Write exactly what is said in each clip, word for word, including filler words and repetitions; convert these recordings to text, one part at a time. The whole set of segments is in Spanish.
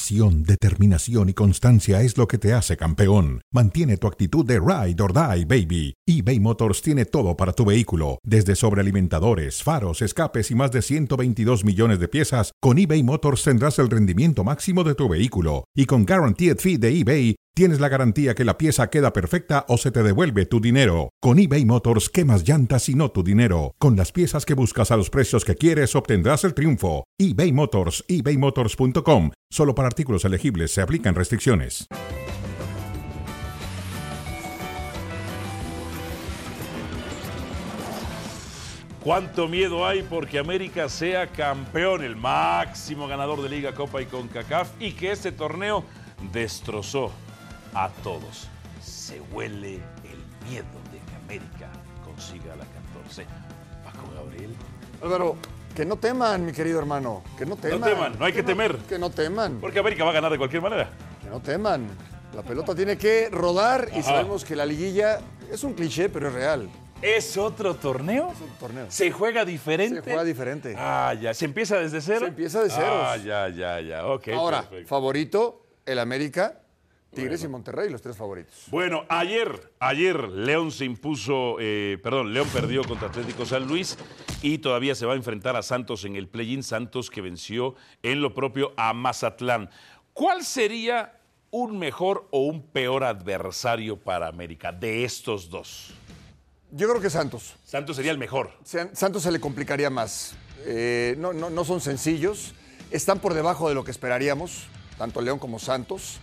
Pasión, determinación y constancia es lo que te hace campeón. Mantiene tu actitud de ride or die, baby. eBay Motors tiene todo para tu vehículo, desde sobrealimentadores, faros, escapes y más de ciento veintidós millones de piezas. Con eBay Motors tendrás el rendimiento máximo de tu vehículo. Y con Guaranteed Fee de eBay, tienes la garantía que la pieza queda perfecta o se te devuelve tu dinero. Con eBay Motors, quemas llantas y no tu dinero. Con las piezas que buscas a los precios que quieres, obtendrás el triunfo. eBay Motors, ebay motors punto com. Solo para artículos elegibles se aplican restricciones. ¿Cuánto miedo hay porque América sea campeón, el máximo ganador de Liga, Copa y CONCACAF, y que este torneo destrozó a todos? Se huele el miedo de que América consiga la catorce. Paco Gabriel. Álvaro, que no teman, mi querido hermano, que no teman. No teman, no hay que, que temer. No, que no teman. Porque América va a ganar de cualquier manera. Que no teman. La pelota tiene que rodar. Ajá. Y sabemos que la liguilla es un cliché, pero es real. ¿Es otro torneo? Es otro torneo. ¿Se juega diferente? Se juega diferente. Ah, ya. ¿Se empieza desde cero? Se empieza de ceros. Ah, ya, ya, ya. Ok. Ahora, perfecto. Favorito, el América, Tigres bueno. y Monterrey, los tres favoritos. Bueno, ayer, ayer León se impuso, eh, perdón, León perdió contra Atlético San Luis y todavía se va a enfrentar a Santos en el play-in. Santos que venció en lo propio a Mazatlán. ¿Cuál sería un mejor o un peor adversario para América de estos dos? Yo creo que Santos. Santos sería el mejor. Santos se le complicaría más. Eh, no, no, no son sencillos. Están por debajo de lo que esperaríamos, tanto León como Santos.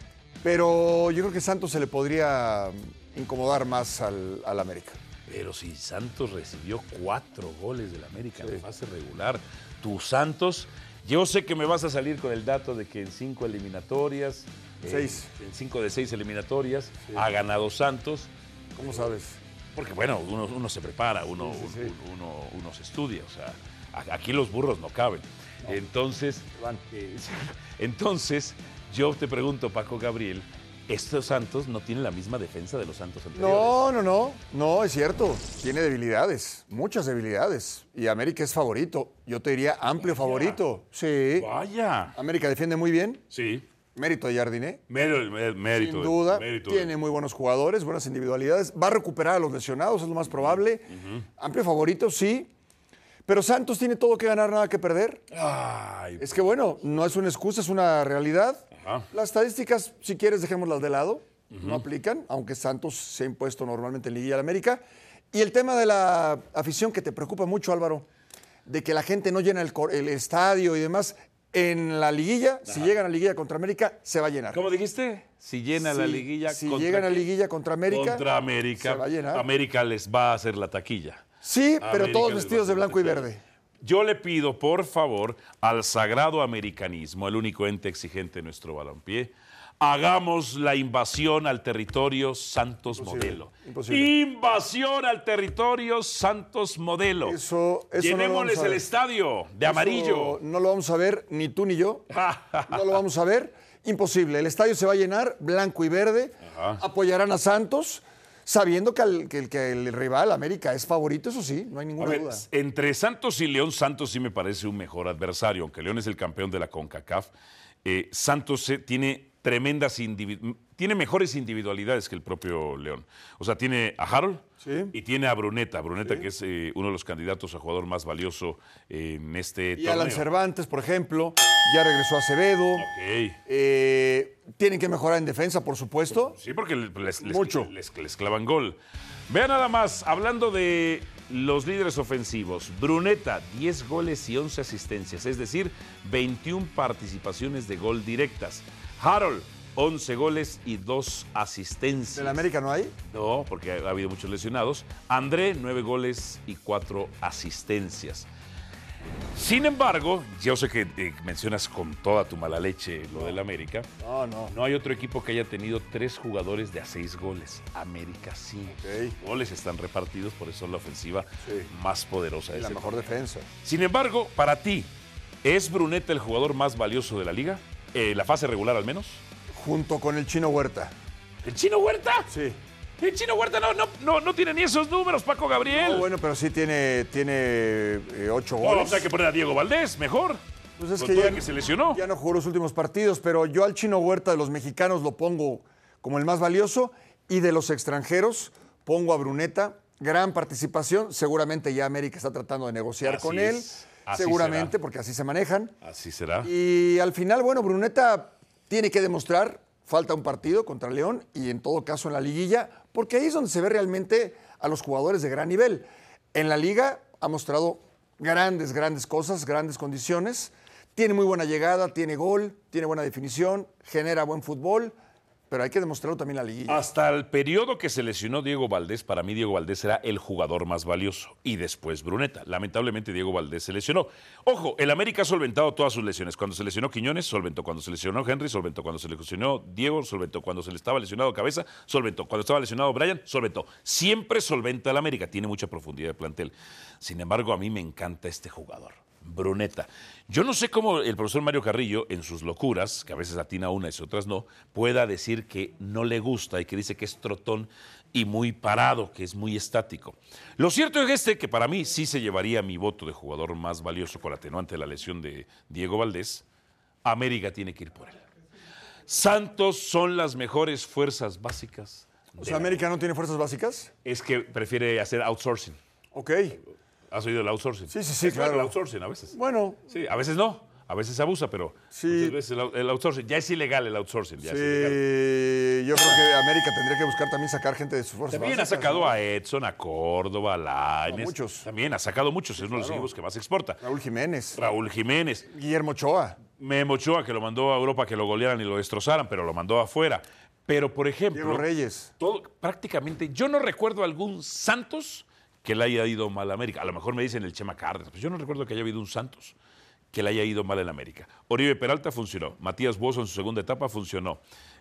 Pero yo creo que Santos se le podría incomodar más al, al América. Pero si Santos recibió cuatro goles del América en sí. fase regular, tu Santos, yo sé que me vas a salir con el dato de que en cinco eliminatorias, seis. En, en cinco de seis eliminatorias, sí. ha ganado Santos. ¿Cómo sabes? Porque bueno, uno, uno se prepara, uno, sí, sí, sí. Uno, uno, uno se estudia, o sea, aquí los burros no caben. No. Entonces, eh, entonces, yo te pregunto, Paco Gabriel, estos Santos no tienen la misma defensa de los Santos anteriores. No, no, no, no, es cierto, tiene debilidades, muchas debilidades, y América es favorito, yo te diría amplio Vaya. favorito. Sí. Vaya. América defiende muy bien. Sí. Mérito de Jardiné. Mérito, mérito. Sin duda. Mérito tiene de... muy buenos jugadores, buenas individualidades. Va a recuperar a los lesionados, es lo más probable. Uh-huh. Amplio favorito, sí. Pero Santos tiene todo que ganar, nada que perder. Ay, es que bueno, no es una excusa, es una realidad. Ajá. Las estadísticas, si quieres, dejémoslas de lado. Uh-huh. No aplican, aunque Santos se ha impuesto normalmente en Liguilla al América. Y el tema de la afición que te preocupa mucho, Álvaro, de que la gente no llena el, el estadio y demás. En la liguilla, Ajá. si llegan a la liguilla contra América, se va a llenar. ¿Cómo dijiste? Si llena si, la liguilla si contra... Si llegan a la liguilla contra América, contra América, se va a llenar. América les va a hacer la taquilla. Sí, América pero todos vestidos de blanco y verde. Yo le pido, por favor, al sagrado americanismo, el único ente exigente de nuestro balompié, hagamos la invasión al territorio Santos Imposible. Modelo. Imposible. Invasión al territorio Santos Modelo. Eso, eso Llenémosles no el estadio de eso amarillo. No lo vamos a ver, ni tú ni yo. No lo vamos a ver. Imposible. El estadio se va a llenar, blanco y verde. Ajá. Apoyarán a Santos, sabiendo que el, que, que el rival, América, es favorito, eso sí, no hay ninguna a ver, duda. Entre Santos y León, Santos sí me parece un mejor adversario. Aunque León es el campeón de la CONCACAF, eh, Santos eh, tiene... tremendas individu- tiene mejores individualidades que el propio León. O sea, tiene a Harold sí. y tiene a Bruneta. Bruneta, sí. que es eh, uno de los candidatos a jugador más valioso eh, en este y torneo. Y Alan Cervantes, por ejemplo, ya regresó Acevedo. Okay. Eh, tienen que mejorar en defensa, por supuesto. Sí, porque les, les, Mucho. Les, les, les clavan gol. Vean nada más, hablando de los líderes ofensivos, Bruneta, diez goles y once asistencias, es decir, veintiuna participaciones de gol directas. Harold, once goles y dos asistencias. ¿En América no hay? No, porque ha, ha habido muchos lesionados. André, nueve goles y cuatro asistencias. Sin embargo, yo sé que eh, mencionas con toda tu mala leche lo del América. No, no. No hay otro equipo que haya tenido tres jugadores de a seis goles. América sí. Okay. Goles están repartidos, por eso es la ofensiva sí. más poderosa. Y de la ese mejor torneo. defensa. Sin embargo, para ti, ¿es Bruneta el jugador más valioso de la liga? Eh, ¿La fase regular al menos? Junto con el Chino Huerta. ¿El Chino Huerta? Sí. El Chino Huerta no, no, no, no tiene ni esos números, Paco Gabriel. No, bueno, pero sí tiene, tiene eh, ocho goles. No, o sea, hay que poner a Diego Valdés, mejor. Pues es con que todo ya, y que se lesionó. Ya no jugó los últimos partidos, pero yo al Chino Huerta de los mexicanos lo pongo como el más valioso y de los extranjeros pongo a Bruneta. Gran participación. Seguramente ya América está tratando de negociar Así con es. él. Así Seguramente, será. porque así se manejan. Así será. Y al final, bueno, Bruneta tiene que demostrar, falta un partido contra León y en todo caso en la liguilla, porque ahí es donde se ve realmente a los jugadores de gran nivel. En la liga ha mostrado grandes, grandes cosas, grandes condiciones. Tiene muy buena llegada, tiene gol, tiene buena definición, genera buen fútbol, pero hay que demostrarlo también en la liguilla. Hasta el periodo que se lesionó Diego Valdés, para mí Diego Valdés era el jugador más valioso. Y después Bruneta. Lamentablemente Diego Valdés se lesionó. Ojo, el América ha solventado todas sus lesiones. Cuando se lesionó Quiñones, solventó. Cuando se lesionó Henry, solventó. Cuando se lesionó Diego, solventó. Cuando se le estaba lesionado Cabeza, solventó. Cuando estaba lesionado Brian, solventó. Siempre solventa el América. Tiene mucha profundidad de plantel. Sin embargo, a mí me encanta este jugador. Bruneta. Yo no sé cómo el profesor Mario Carrillo, en sus locuras, que a veces atina unas y otras no, pueda decir que no le gusta y que dice que es trotón y muy parado, que es muy estático. Lo cierto es este, que para mí sí se llevaría mi voto de jugador más valioso con atenuante de la lesión de Diego Valdés. América tiene que ir por él. Santos son las mejores fuerzas básicas. O sea, ¿América no tiene fuerzas básicas? Es que prefiere hacer outsourcing. Ok. ¿Has oído el outsourcing? Sí, sí, sí, es claro. El outsourcing a veces. Bueno. Sí, a veces no. A veces se abusa, pero Sí. muchas veces el, el outsourcing. Ya es ilegal el outsourcing. Ya Sí, es ilegal. yo creo que América tendría que buscar también sacar gente de sus fuerzas También ha básicas, sacado ¿no? a Edson, a Córdoba, a Lainez. A muchos. También ha sacado muchos. Es uno de los equipos que más exporta. Raúl Jiménez. Raúl Jiménez. Guillermo Ochoa. Memo Ochoa, que lo mandó a Europa que lo golearan y lo destrozaran, pero lo mandó afuera. Pero, por ejemplo... Diego Reyes. Todo, prácticamente, yo no recuerdo algún Santos que le haya ido mal a América. A lo mejor me dicen el Chema Cárdenas, pues yo no recuerdo que haya habido un Santos que le haya ido mal en América. Oribe Peralta funcionó. Matías Bozo en su segunda etapa funcionó.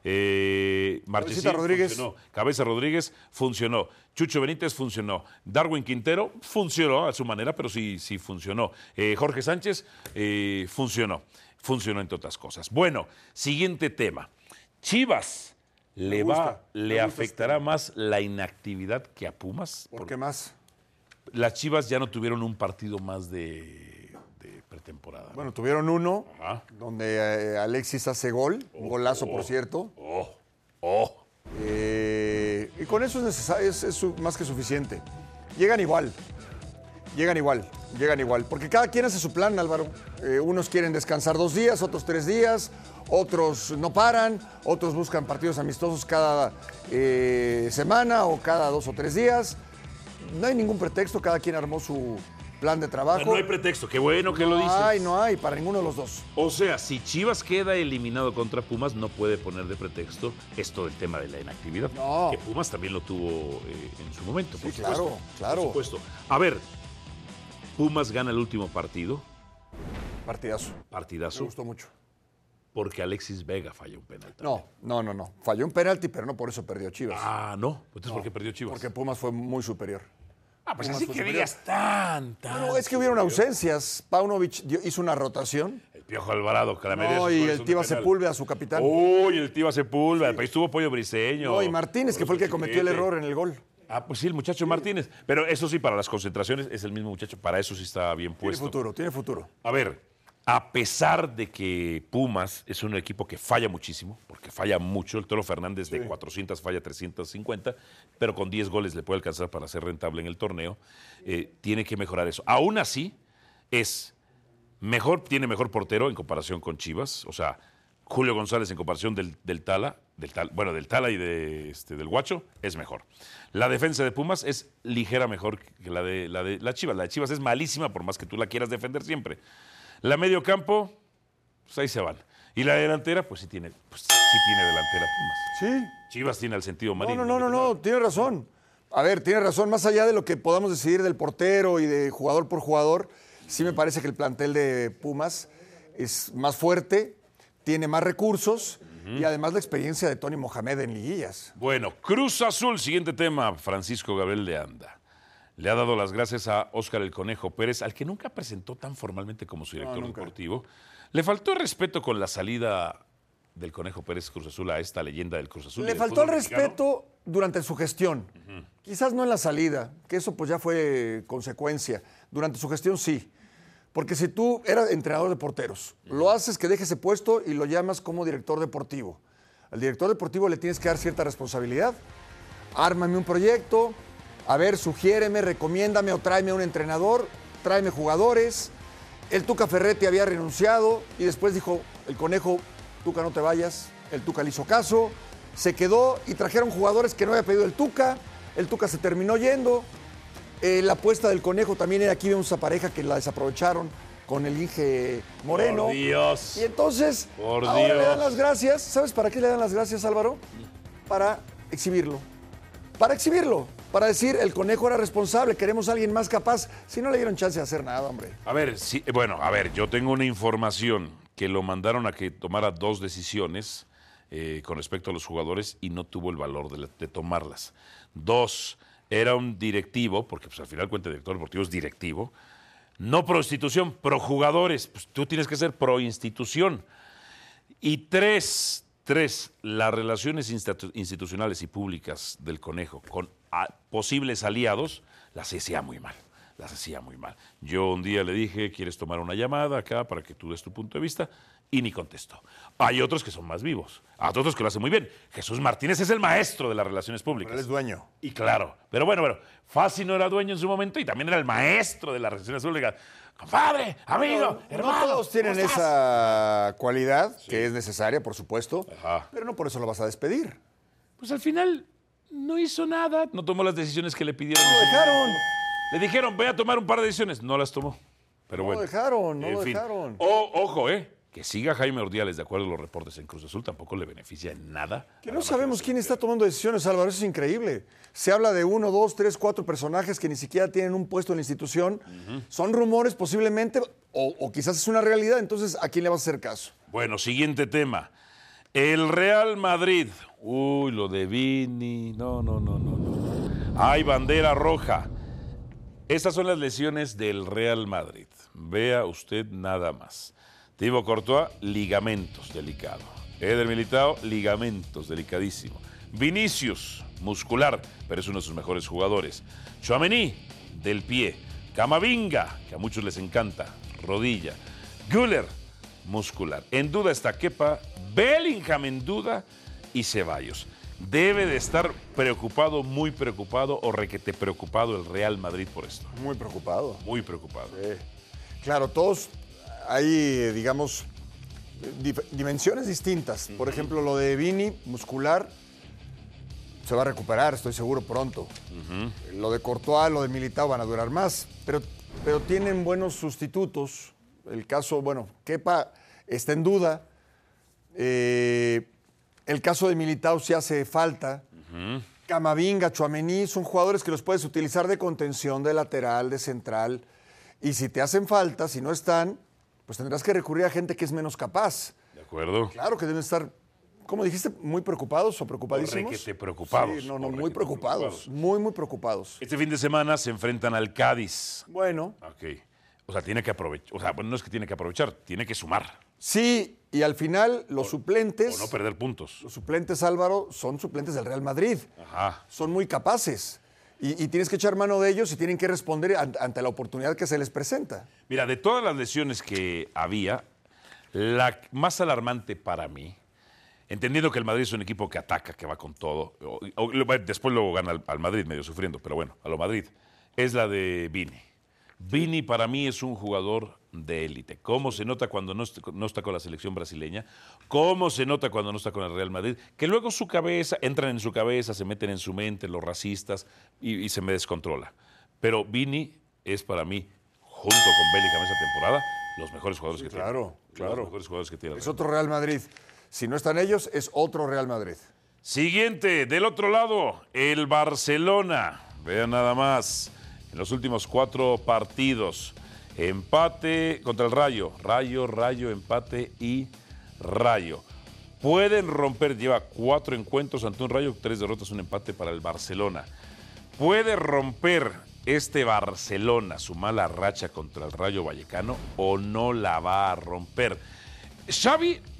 Eh, Marchesín Rodríguez. funcionó. Cabeza Rodríguez funcionó. Chucho Benítez funcionó. Darwin Quintero funcionó a su manera, pero sí, sí funcionó. Eh, Jorge Sánchez eh, funcionó. Funcionó entre otras cosas. Bueno, siguiente tema. Chivas, ¿le, gusta, va, me ¿le gusta afectará este. más la inactividad que a Pumas? ¿Por qué más? Las Chivas ya no tuvieron un partido más de, de pretemporada. ¿no? Bueno, tuvieron uno Ajá. donde eh, Alexis hace gol, un golazo por cierto. Oh, oh. Eh, y con eso es, necesario, es, es su- más que suficiente. Llegan igual, llegan igual, llegan igual. Porque cada quien hace su plan, Álvaro. Eh, unos quieren descansar dos días, otros tres días, otros no paran, otros buscan partidos amistosos cada eh, semana o cada dos o tres días. No hay ningún pretexto, cada quien armó su plan de trabajo. No hay pretexto, qué bueno que lo No dices. hay, no hay, para ninguno de los dos. O sea, si Chivas queda eliminado contra Pumas, no puede poner de pretexto esto del tema de la inactividad. No. Que Pumas también lo tuvo eh, en su momento, por Sí, supuesto. claro, claro. Por supuesto. A ver, Pumas gana el último partido, Partidazo. Me partidazo, gustó mucho. porque Alexis Vega falla un penal. No, no, no, no. Falló un penalti, pero no por eso perdió Chivas. Ah, no. Entonces, ¿por qué perdió Chivas? Porque Pumas fue muy superior. ah, pues Pumas así fue que superior. digas tan, tan. No, es que hubieron ausencias. Paunovic dio- hizo una rotación. El Piojo Alvarado, que la mayoría de No, sus y goles el son de Tiva penal. Sepúlveda, su capitán. Uy, el Tiva Sepúlveda. Ahí estuvo Pollo Briseño. No, y Martínez, que fue el que cometió el Chiquete. error en el gol. Ah, pues sí, el muchacho Martínez. Pero eso sí, para las concentraciones es el mismo muchacho. Para eso sí está bien Tiene puesto. futuro, tiene futuro. A ver, a pesar de que Pumas es un equipo que falla muchísimo, porque falla mucho, el Toro Fernández de cuatrocientas falla trescientas cincuenta, pero con diez goles le puede alcanzar para ser rentable en el torneo, eh, tiene que mejorar eso. Aún así, es mejor, tiene mejor portero en comparación con Chivas, o sea, Julio González en comparación del, del Tala, del Tal- bueno, del Tala y de, este, del Guacho, es mejor. La defensa de Pumas es ligera mejor que la de, la de la Chivas. La de Chivas es malísima, por más que tú la quieras defender siempre. La medio campo, pues ahí se van. Y la delantera, pues sí tiene, pues sí tiene delantera Pumas. Sí. Chivas tiene el sentido No, marino. no, no, no, no, tiene razón. A ver, tiene razón. Más allá de lo que podamos decidir del portero y de jugador por jugador, sí me parece que el plantel de Pumas es más fuerte, tiene más recursos y además la experiencia de Tony Mohamed en liguillas. Bueno, Cruz Azul, siguiente tema, Francisco Gabriel de Anda. Le ha dado las gracias a Óscar el Conejo Pérez, al que nunca presentó tan formalmente como su director No, nunca. deportivo. Le faltó el respeto con la salida del Conejo Pérez Cruz Azul a esta leyenda del Cruz Azul. y Le del faltó el fútbol mexicano. respeto durante su gestión. Quizás no en la salida, que eso pues ya fue consecuencia. Durante su gestión sí. Porque si tú eras entrenador de porteros, lo haces que deje ese puesto y lo llamas como director deportivo. Al director deportivo le tienes que dar cierta responsabilidad. Ármame un proyecto, a ver, sugiéreme, recomiéndame o tráeme a un entrenador, tráeme jugadores. El Tuca Ferretti había renunciado y después dijo, el Conejo, Tuca, no te vayas. El Tuca le hizo caso, se quedó y trajeron jugadores que no había pedido el Tuca. El Tuca se terminó yendo. Eh, la apuesta del Conejo también era aquí, vemos esa pareja que la desaprovecharon con el Inge Moreno. Por Dios. Y entonces, Por ahora Dios. le dan las gracias. ¿Sabes para qué le dan las gracias, Álvaro? Para exhibirlo. Para exhibirlo. Para decir, el Conejo era responsable, queremos a alguien más capaz. Si no le dieron chance de hacer nada, hombre. A ver, sí, bueno, a ver, yo tengo una información que lo mandaron a que tomara dos decisiones eh, con respecto a los jugadores y no tuvo el valor de, de tomarlas. Dos, era un directivo, porque pues al final cuenta el director deportivo es directivo, no pro institución, pro jugadores. Pues tú tienes que ser pro institución. Y tres, tres, las relaciones institu- institucionales y públicas del Conejo con a, posibles aliados las hacía muy mal. Las hacía muy mal. Yo un día le dije, ¿quieres tomar una llamada acá para que tú des tu punto de vista? Y ni contestó. Hay otros que son más vivos, hay otros que lo hacen muy bien. Jesús Martínez es el maestro de las relaciones públicas. Pero él es dueño. Y claro, pero bueno, bueno, Fassi no era dueño en su momento y también era el maestro de las relaciones públicas. Compadre, amigo, No, hermano. no todos tienen ¿cómo estás? esa cualidad, sí, que es necesaria, por supuesto, Ajá. pero no por eso lo vas a despedir. Pues al final no hizo nada, no tomó las decisiones que le pidieron. No lo dejaron. Le dijeron, ve a tomar un par de decisiones. No las tomó. Pero No bueno. lo dejaron, no en lo fin. dejaron. O, ojo, ¿eh? Que siga Jaime Ordiales, de acuerdo a los reportes en Cruz Azul, tampoco le beneficia en nada. Que no sabemos quién está tomando decisiones, Álvaro, eso es increíble. Se habla de uno, dos, tres, cuatro personajes que ni siquiera tienen un puesto en la institución. Uh-huh. Son rumores posiblemente, o, o quizás es una realidad, entonces ¿a quién le vas a hacer caso? Bueno, siguiente tema. El Real Madrid. Uy, lo de Vini. No, no, no, no, no. Hay bandera roja. Estas son las lesiones del Real Madrid. Vea usted nada más. Thibaut Courtois, ligamentos, delicado. Eder Militao, ligamentos, delicadísimo. Vinicius, muscular, pero es uno de sus mejores jugadores. Tchouaméni, del pie. Camavinga, que a muchos les encanta, rodilla. Güler, muscular. En duda está Kepa, Bellingham en duda y Ceballos. Debe de estar preocupado, muy preocupado o requete preocupado el Real Madrid por esto. Muy preocupado. Muy preocupado. Sí. Claro, todos hay, digamos, dif- dimensiones distintas. Uh-huh. Por ejemplo, lo de Vini, muscular, se va a recuperar, estoy seguro, pronto. Uh-huh. Lo de Courtois, lo de Militao van a durar más, pero, pero tienen buenos sustitutos. El caso, bueno, Kepa está en duda. Eh, el caso de Militao sí hace falta. Uh-huh. Camavinga, Tchouaméni, son jugadores que los puedes utilizar de contención, de lateral, de central. Y si te hacen falta, si no están, pues tendrás que recurrir a gente que es menos capaz. De acuerdo. Claro que deben estar, ¿cómo dijiste? ¿Muy preocupados o preocupadísimos? Requete preocupados. Sí, no, no, muy preocupados. preocupados. Muy, muy preocupados. Este fin de semana se enfrentan al Cádiz. Bueno. Ok. O sea, tiene que aprovechar. O sea, bueno, no es que tiene que aprovechar, tiene que sumar. Sí, y al final los o, suplentes... O no perder puntos. Los suplentes, Álvaro, son suplentes del Real Madrid. Ajá. Son muy capaces. Y, y tienes que echar mano de ellos y tienen que responder ante, ante la oportunidad que se les presenta. Mira, de todas las lesiones que había, la más alarmante para mí, entendiendo que el Madrid es un equipo que ataca, que va con todo, o, o, después luego gana al, al Madrid medio sufriendo, pero bueno, a lo Madrid, es la de Vini. Vini para mí es un jugador de élite. ¿Cómo se nota cuando no está, no está con la selección brasileña? ¿Cómo se nota cuando no está con el Real Madrid? Que luego su cabeza, entran en su cabeza, se meten en su mente los racistas y, y se me descontrola. Pero Vini es para mí, junto con Bellingham esa temporada, los mejores jugadores sí, que claro, tiene. Claro, Los mejores jugadores que tiene. Es otro Real Madrid. Si no están ellos, es otro Real Madrid. Siguiente, del otro lado, el Barcelona. Vean nada más. En los últimos cuatro partidos, empate contra el Rayo, Rayo, Rayo, empate y Rayo. Pueden romper, lleva cuatro encuentros ante un Rayo, tres derrotas, un empate para el Barcelona. Puede romper este Barcelona su mala racha contra el Rayo Vallecano o no la va a romper. Xavi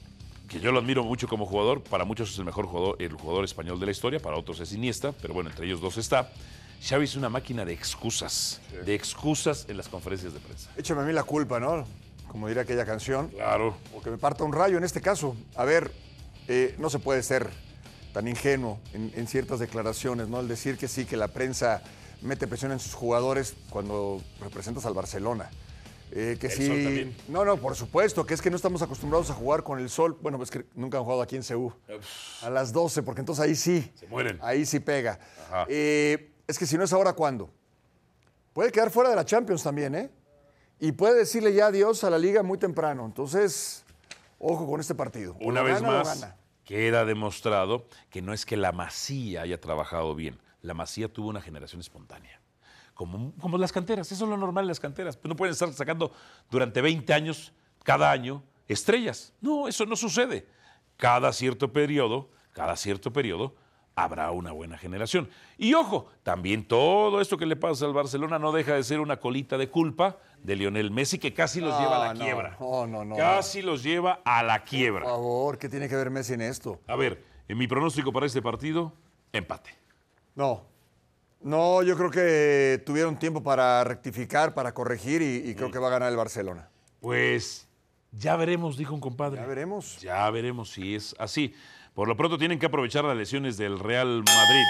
que yo lo admiro mucho como jugador, para muchos es el mejor jugador, el jugador español de la historia, para otros es Iniesta, pero bueno, entre ellos dos está. Xavi es una máquina de excusas, sí. de excusas en las conferencias de prensa. Échame a mí la culpa, ¿no? Como diría aquella canción. Claro. O que me parta un rayo en este caso. A ver, eh, no se puede ser tan ingenuo en, en ciertas declaraciones, ¿no? El decir que sí, que la prensa mete presión en sus jugadores cuando representas al Barcelona. Eh, que el sí. sol también. No, no, por supuesto, que es que no estamos acostumbrados a jugar con el sol. Bueno, pues que nunca han jugado aquí en C U. A las doce, porque entonces ahí sí. Se mueren. Ahí sí pega. Eh, es que si no es ahora, ¿cuándo? Puede quedar fuera de la Champions también, ¿eh? Y puede decirle ya adiós a la Liga muy temprano. Entonces, ojo con este partido. Una vez más, queda demostrado que no es que la Masía haya trabajado bien. La Masía tuvo una generación espontánea. Como, como las canteras, eso es lo normal en las canteras. Pues no pueden estar sacando durante veinte años, cada año, estrellas. No, eso no sucede. Cada cierto periodo, cada cierto periodo, habrá una buena generación. Y ojo, también todo esto que le pasa al Barcelona no deja de ser una colita de culpa de Lionel Messi, que casi los no, lleva a la no, quiebra. No, no, no. Casi los lleva a la quiebra. Por favor, ¿qué tiene que ver Messi en esto? A ver, en mi pronóstico para este partido, empate. No. No, yo creo que tuvieron tiempo para rectificar, para corregir y, y creo mm. que va a ganar el Barcelona. Pues ya veremos, dijo un compadre. Ya veremos. Ya veremos si es así. Por lo pronto tienen que aprovechar las lesiones del Real Madrid.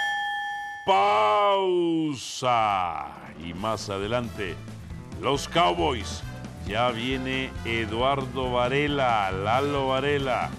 Pausa. Y más adelante, los Cowboys. Ya viene Eduardo Varela, Lalo Varela.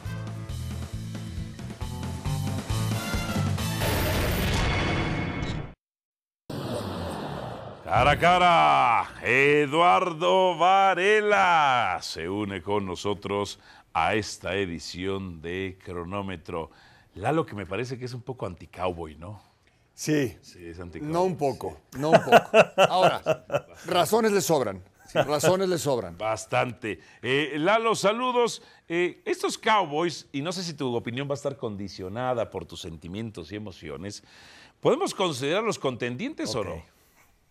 Cara a cara, Eduardo Varela se une con nosotros a esta edición de Cronómetro. Lalo, que me parece que es un poco anti-cowboy, ¿no? Sí, sí es anti-cowboy. No un poco, sí. no un poco. Ahora, razones le sobran, razones le sobran. Bastante. Eh, Lalo, saludos. Eh, estos Cowboys, y no sé si tu opinión va a estar condicionada por tus sentimientos y emociones, ¿podemos considerarlos contendientes okay. o no?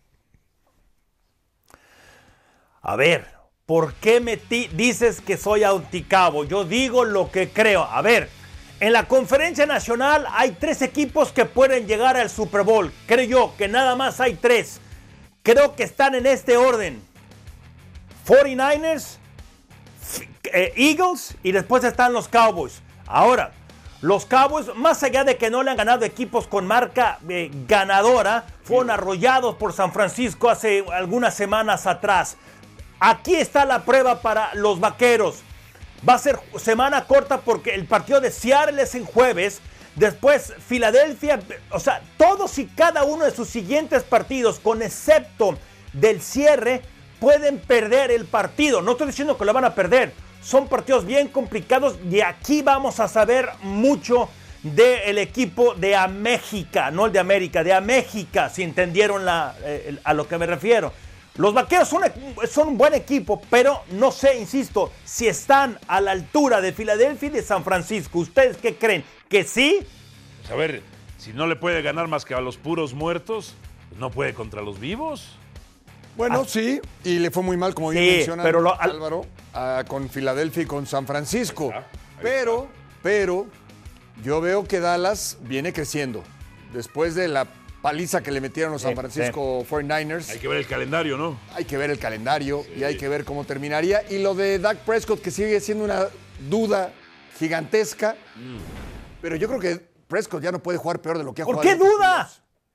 A ver, ¿por qué me dices que soy anticabo? Yo digo lo que creo. A ver, en la conferencia nacional hay tres equipos que pueden llegar al Super Bowl. Creo yo que nada más hay tres. Creo que están en este orden. cuarenta y nueve ers, eh, Eagles y después están los Cowboys. Ahora, los Cowboys, más allá de que no le han ganado equipos con marca eh, ganadora, fueron arrollados por San Francisco hace algunas semanas atrás. Aquí está la prueba para los Vaqueros. Va a ser semana corta porque el partido de Seattle es en jueves. Después Filadelfia, o sea, todos y cada uno de sus siguientes partidos, con excepto del cierre, pueden perder el partido. No estoy diciendo que lo van a perder. Son partidos bien complicados y aquí vamos a saber mucho del equipo de Améxica, no el de América, de Améxica, si entendieron la, eh, a lo que me refiero. Los Vaqueros son, son un buen equipo, pero no sé, insisto, si están a la altura de Filadelfia y de San Francisco. ¿Ustedes qué creen? ¿Que sí? Pues a ver, si no le puede ganar más que a los puros muertos, ¿no puede contra los vivos? Bueno, ah. sí, y le fue muy mal, como bien sí, menciona pero lo, al... Álvaro, uh, con Filadelfia y con San Francisco. Ahí está, ahí pero, está. pero, yo veo que Dallas viene creciendo. Después de la paliza que le metieron los San Francisco sí. cuarenta y nueve ers. Hay que ver el calendario, ¿no? Hay que ver el calendario sí. y hay que ver cómo terminaría. Y lo de Dak Prescott, que sigue siendo una duda gigantesca. Mm. Pero yo creo que Prescott ya no puede jugar peor de lo que ha ¿Por jugado. ¿Por qué duda?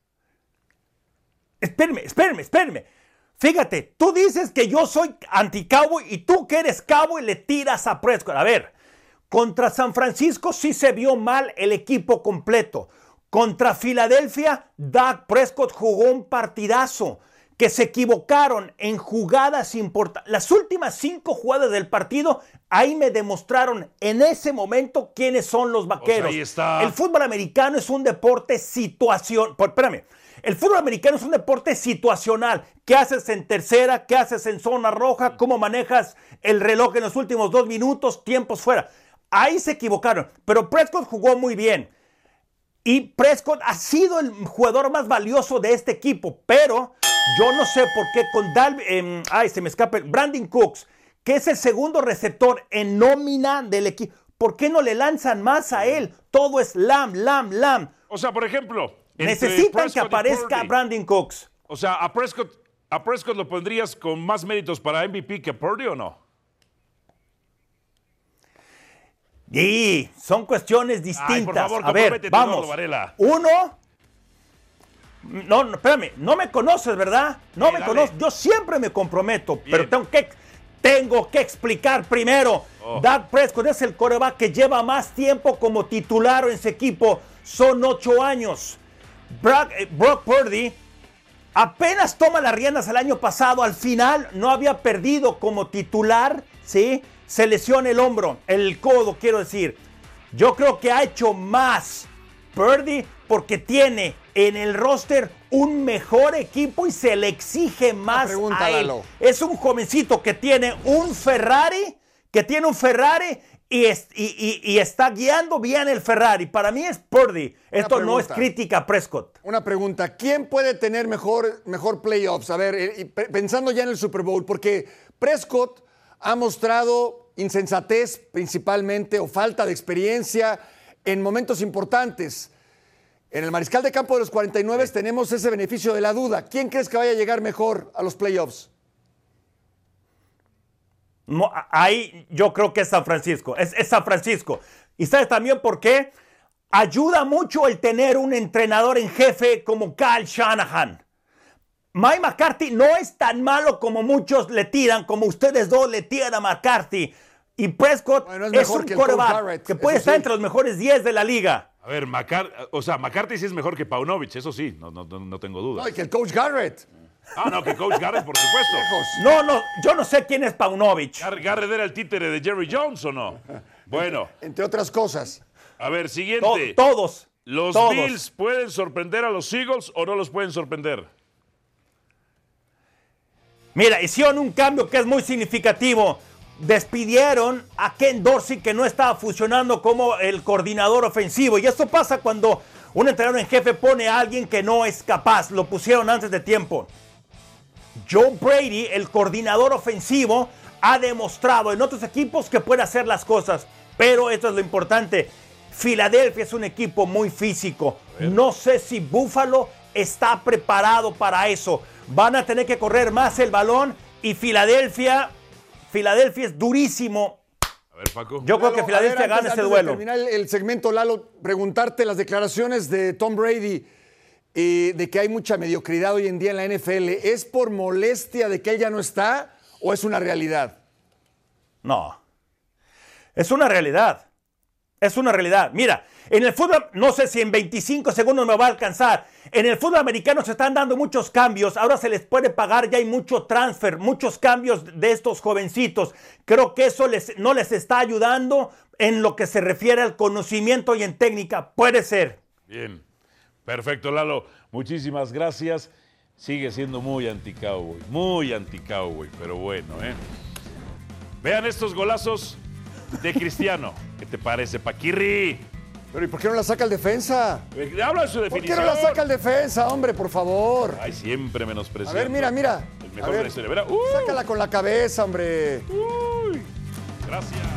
Espérame, espérame, espérame. Fíjate, tú dices que yo soy anti-cowboy y tú que eres cowboy le tiras a Prescott. A ver, contra San Francisco sí se vio mal el equipo completo. Contra Filadelfia, Dak Prescott jugó un partidazo. Que se equivocaron en jugadas importantes. Las últimas cinco jugadas del partido, ahí me demostraron en ese momento quiénes son los Vaqueros. O sea, ahí está. El fútbol americano es un deporte situación. Espérame. El fútbol americano es un deporte situacional. ¿Qué haces en tercera? ¿Qué haces en zona roja? ¿Cómo manejas el reloj en los últimos dos minutos? Tiempos fuera. Ahí se equivocaron. Pero Prescott jugó muy bien. Y Prescott ha sido el jugador más valioso de este equipo. Pero yo no sé por qué con Dal, eh, ay, se me escapa, Brandon Cooks, que es el segundo receptor en nómina del equipo. ¿por qué no le lanzan más a él? Todo es Lamb, Lamb, Lamb. O sea, por ejemplo, necesitan que aparezca Brandon Cooks. O sea, a Prescott, a Prescott lo pondrías con más méritos para M V P que Purdy, ¿o no? Y son cuestiones distintas. Ay, por favor, a ver, vamos. Varela. Uno, no, no, espérame, no me conoces, ¿verdad? No sí, me dale. conoces. Yo siempre me comprometo, Bien. pero tengo que, tengo que explicar primero. Oh. Dak Prescott es el quarterback que lleva más tiempo como titular en su equipo. Son ocho años. Brock, eh, Brock Purdy apenas toma las riendas el año pasado. Al final no había perdido como titular, ¿sí? Se lesiona el hombro, el codo, quiero decir. Yo creo que ha hecho más Purdy porque tiene en el roster un mejor equipo y se le exige más pregunta, a él. Lalo. Es un jovencito que tiene un Ferrari, que tiene un Ferrari y, es, y, y, y está guiando bien el Ferrari. Para mí es Purdy. Esto no es crítica a Prescott. Una pregunta, ¿quién puede tener mejor, mejor playoffs? A ver, eh, pensando ya en el Super Bowl, porque Prescott ha mostrado insensatez principalmente o falta de experiencia en momentos importantes. En el mariscal de campo de los cuarenta y nueve sí. tenemos ese beneficio de la duda. ¿Quién crees que vaya a llegar mejor a los playoffs? No, ahí yo creo que es San Francisco. Es, es San Francisco. ¿Y sabes también por qué? Ayuda mucho el tener un entrenador en jefe como Kyle Shanahan. Mike McCarthy no es tan malo como muchos le tiran, como ustedes dos le tiran a McCarthy. Y Prescott bueno, es, es un quarterback que puede estar sí. entre los mejores diez de la liga. A ver, Macar o sea, McCarthy sí es mejor que Paunovic, eso sí, no, no, no tengo duda. No, y que el Coach Garrett. Ah, no, que Coach Garrett, por supuesto. No, no, yo no sé quién es Paunovic. Gar Garrett era el títere de Jerry Jones, ¿o no? Bueno. Entre otras cosas. A ver, siguiente. To todos. ¿Los todos. Bills pueden sorprender a los Eagles o no los pueden sorprender? Mira, hicieron un cambio que es muy significativo. Despidieron a Ken Dorsey, que no estaba funcionando como el coordinador ofensivo. Y esto pasa cuando un entrenador en jefe pone a alguien que no es capaz. Lo pusieron antes de tiempo. Joe Brady, el coordinador ofensivo, ha demostrado en otros equipos que puede hacer las cosas. Pero esto es lo importante. Filadelfia es un equipo muy físico. No sé si Buffalo está preparado para eso. Van a tener que correr más el balón y Filadelfia, Filadelfia es durísimo. A ver, Paco. Yo Lalo, creo que Filadelfia ver, gana antes, ese antes duelo. De terminar el, el segmento, Lalo, preguntarte las declaraciones de Tom Brady eh, de que hay mucha mediocridad hoy en día en la N F L. ¿Es por molestia de que él ya no está o es una realidad? No. Es una realidad. Es una realidad. Mira, en el fútbol, no sé si en veinticinco segundos me va a alcanzar. En el fútbol americano se están dando muchos cambios. Ahora se les puede pagar, ya hay mucho transfer, muchos cambios de estos jovencitos. Creo que eso les, no les está ayudando en lo que se refiere al conocimiento y en técnica. Puede ser. Bien. Perfecto, Lalo. Muchísimas gracias. Sigue siendo muy anti-cowboy. Muy anti-cowboy, pero bueno, ¿eh? Vean estos golazos de Cristiano. ¿Qué te parece, Paquirri? Pero ¿y por qué no la saca el defensa? Habla de su definición. ¿Por qué no la saca el defensa, hombre, por favor? Ay, siempre menospreciando. A ver, mira, mira. El mejor A ver, de la historia. Verá. Uh. Sácala con la cabeza, hombre. Uy. Gracias.